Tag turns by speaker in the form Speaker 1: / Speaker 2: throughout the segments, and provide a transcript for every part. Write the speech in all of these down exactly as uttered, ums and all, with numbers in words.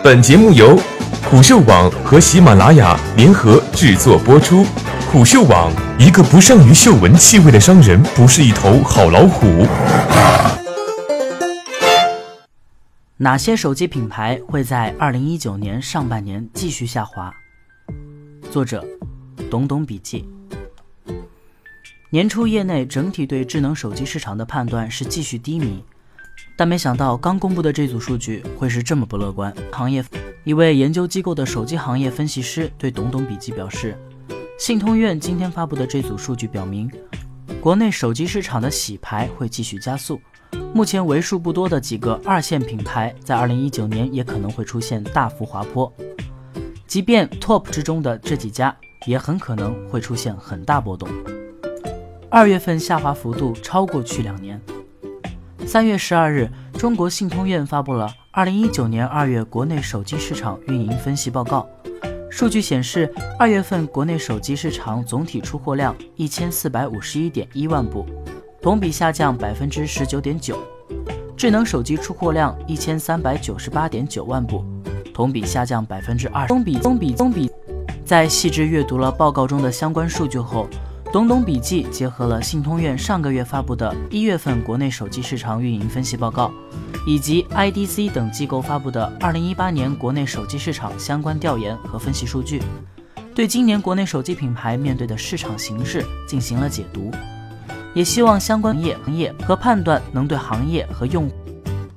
Speaker 1: 本节目由虎嗅网和喜马拉雅联合制作播出。虎嗅网：一个不善于嗅闻气味的商人不是一头好老虎。
Speaker 2: 哪些手机品牌会在二零一九年上半年继续下滑？作者：懂懂笔记。年初业内整体对智能手机市场的判断是继续低迷，但没想到刚公布的这组数据会是这么不乐观。行业一位研究机构的手机行业分析师对懂懂笔记表示，信通院今天发布的这组数据表明，国内手机市场的洗牌会继续加速。目前为数不多的几个二线品牌在二零一九年也可能会出现大幅滑坡，即便 top 之中的这几家也很可能会出现很大波动。二月份下滑幅度超过去两年。三月十二日，中国信通院发布了二零一九年二月国内手机市场运营分析报告。数据显示，二月份国内手机市场总体出货量一千四百五十一点一万部，同比下降百分之十九点九。智能手机出货量一千三百九十八点九万部，同比下降百分之二十。同比同比同比，在细致阅读了报告中的相关数据后，懂懂笔记结合了信通院上个月发布的一月份国内手机市场运营分析报告，以及 I D C 等机构发布的二零一八年国内手机市场相关调研和分析数据，对今年国内手机品牌面对的市场形势进行了解读，也希望相关行业行业和判断能对行业和用户。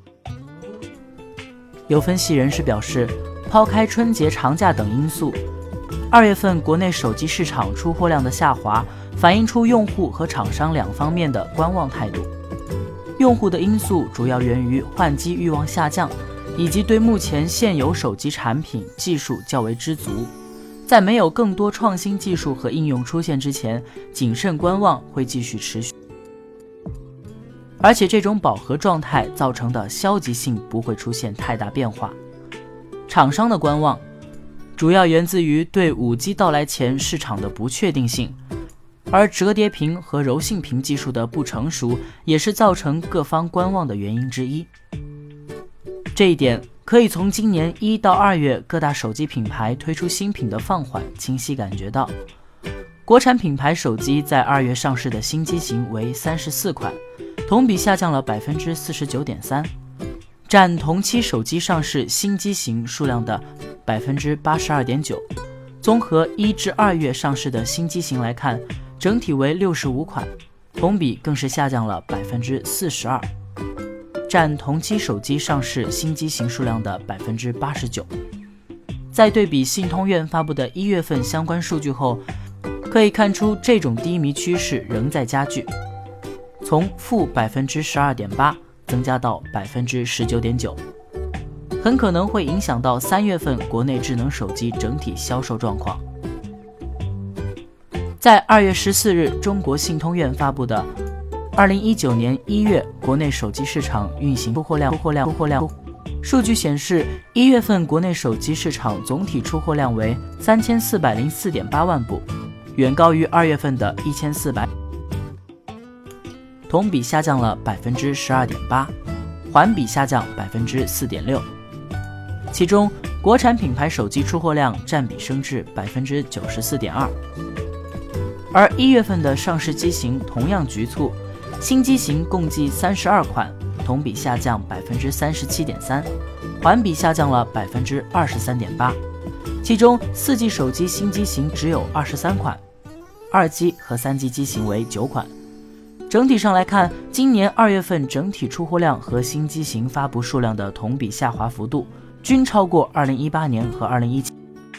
Speaker 2: 有分析人士表示，抛开春节长假等因素，二月份国内手机市场出货量的下滑反映出用户和厂商两方面的观望态度。用户的因素主要源于换机欲望下降，以及对目前现有手机产品技术较为知足，在没有更多创新技术和应用出现之前，谨慎观望会继续持续。而且这种饱和状态造成的消极性不会出现太大变化。厂商的观望主要源自于对 五 G 到来前市场的不确定性，而折叠屏和柔性屏技术的不成熟也是造成各方观望的原因之一。这一点可以从今年一到二月各大手机品牌推出新品的放缓清晰感觉到。国产品牌手机在二月上市的新机型为三十四款，同比下降了 百分之四十九点三， 占同期手机上市新机型数量的 百分之八十二点九。 综合一至二月上市的新机型来看，整体为六十五款，同比更是下降了 百分之四十二， 占同期手机上市新机型数量的 百分之八十九。 在对比信通院发布的一月份相关数据后，可以看出这种低迷趋势仍在加剧，从负 百分之十二点八 增加到 百分之十九点九， 很可能会影响到三月份国内智能手机整体销售状况。在二月十四日，中国信通院发布的二零一九年一月国内手机市场运行出货量出货量出货量数据显示，一月份国内手机市场总体出货量为三千四百零四点八万部，远高于二月份的一千四百，同比下降了 百分之十二点八， 环比下降 百分之四点六。 其中国产品牌手机出货量占比升至 百分之九十四点二， 而一月份的上市机型同样局促，新机型共计三十二款，同比下降 百分之三十七点三， 环比下降了 百分之二十三点八。 其中四 G 手机新机型只有二十三款，二 G 和三 G 机型为九款。整体上来看，今年二月份整体出货量和新机型发布数量的同比下滑幅度均超过二零一八年和二零一七。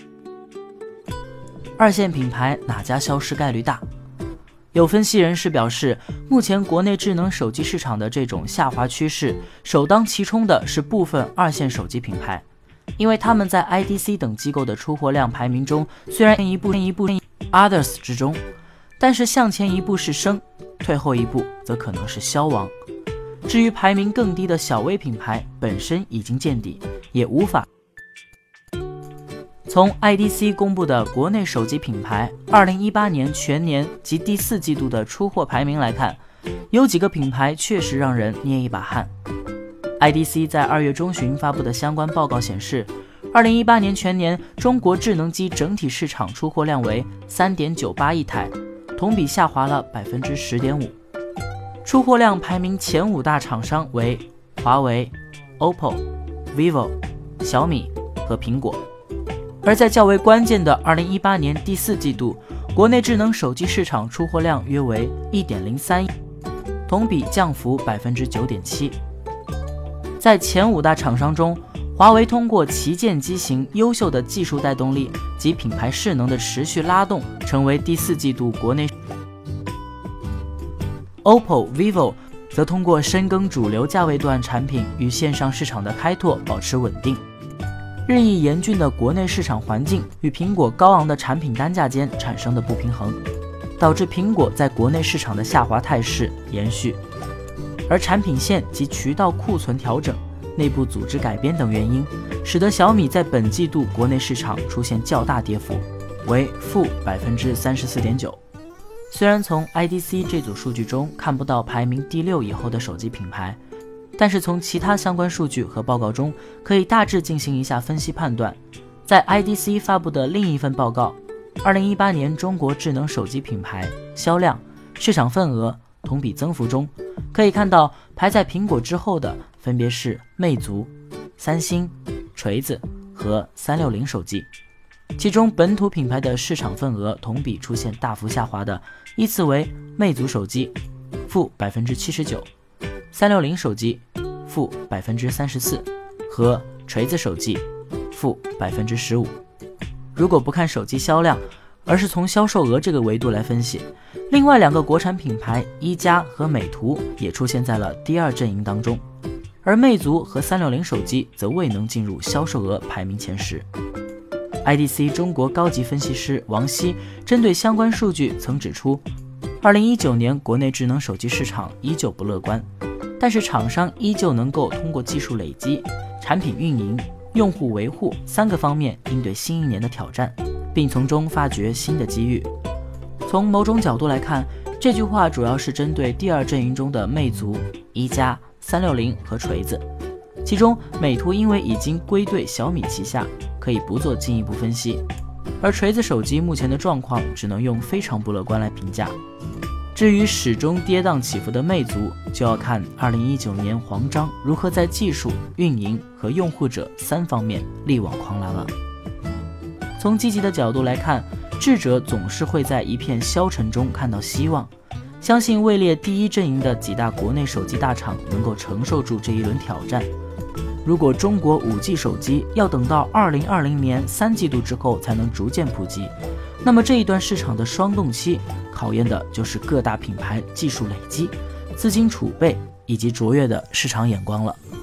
Speaker 2: 二线品牌哪家消失概率大？有分析人士表示，目前国内智能手机市场的这种下滑趋势，首当其冲的是部分二线手机品牌，因为他们在 I D C 等机构的出货量排名中虽然一步一步 others 之中，但是向前一步是升，退后一步则可能是消亡。至于排名更低的小微品牌，本身已经见底，也无法。从 I D C 公布的国内手机品牌二零一八年全年及第四季度的出货排名来看，有几个品牌确实让人捏一把汗。I D C 在二月中旬发布的相关报告显示， 二零一八年全年中国智能机整体市场出货量为 三点九八亿台，同比下滑了 百分之十点五。 出货量排名前五大厂商为华为、O P P O、vivo、小米和苹果。而在较为关键的二零一八年第四季度，国内智能手机市场出货量约为 一点零三亿，同比降幅 百分之九点七。 在前五大厂商中，华为通过旗舰机型优秀的技术带动力及品牌势能的持续拉动，成为第四季度国内。O P P O、vivo 则通过深耕主流价位段产品与线上市场的开拓保持稳定。日益严峻的国内市场环境与苹果高昂的产品单价间产生的不平衡，导致苹果在国内市场的下滑态势延续。而产品线及渠道库存调整、内部组织改编等原因，使得小米在本季度国内市场出现较大跌幅，为负 百分之三十四点九。 虽然从 I D C 这组数据中看不到排名第六以后的手机品牌，但是从其他相关数据和报告中可以大致进行一下分析判断。在 I D C 发布的另一份报告《二零一八年中国智能手机品牌销量、市场份额同比增幅》中，可以看到排在苹果之后的分别是魅族、三星、锤子和三六零手机。其中本土品牌的市场份额同比出现大幅下滑的，依次为魅族手机负 百分之七十九， 三六零手机负 百分之三十四 和锤子手机负 百分之十五。 如果不看手机销量，而是从销售额这个维度来分析，另外两个国产品牌一加和美图也出现在了第二阵营当中，而魅族和三六零手机则未能进入销售额排名前十。I D C 中国高级分析师王希针对相关数据曾指出，二零一九年国内智能手机市场依旧不乐观，但是厂商依旧能够通过技术累积、产品运营、用户维护三个方面应对新一年的挑战，并从中发掘新的机遇。从某种角度来看，这句话主要是针对第二阵营中的魅族、一加、三六零和锤子，其中美图因为已经归队小米旗下，可以不做进一步分析，而锤子手机目前的状况只能用非常不乐观来评价。至于始终跌宕起伏的魅族，就要看二零一九年黄章如何在技术、运营和用户者三方面力挽狂澜了。从积极的角度来看，智者总是会在一片消沉中看到希望，相信位列第一阵营的几大国内手机大厂能够承受住这一轮挑战。如果中国 五 G 手机要等到二零二零年三季度之后才能逐渐普及，那么这一段市场的霜冻期考验的就是各大品牌技术累积、资金储备以及卓越的市场眼光了。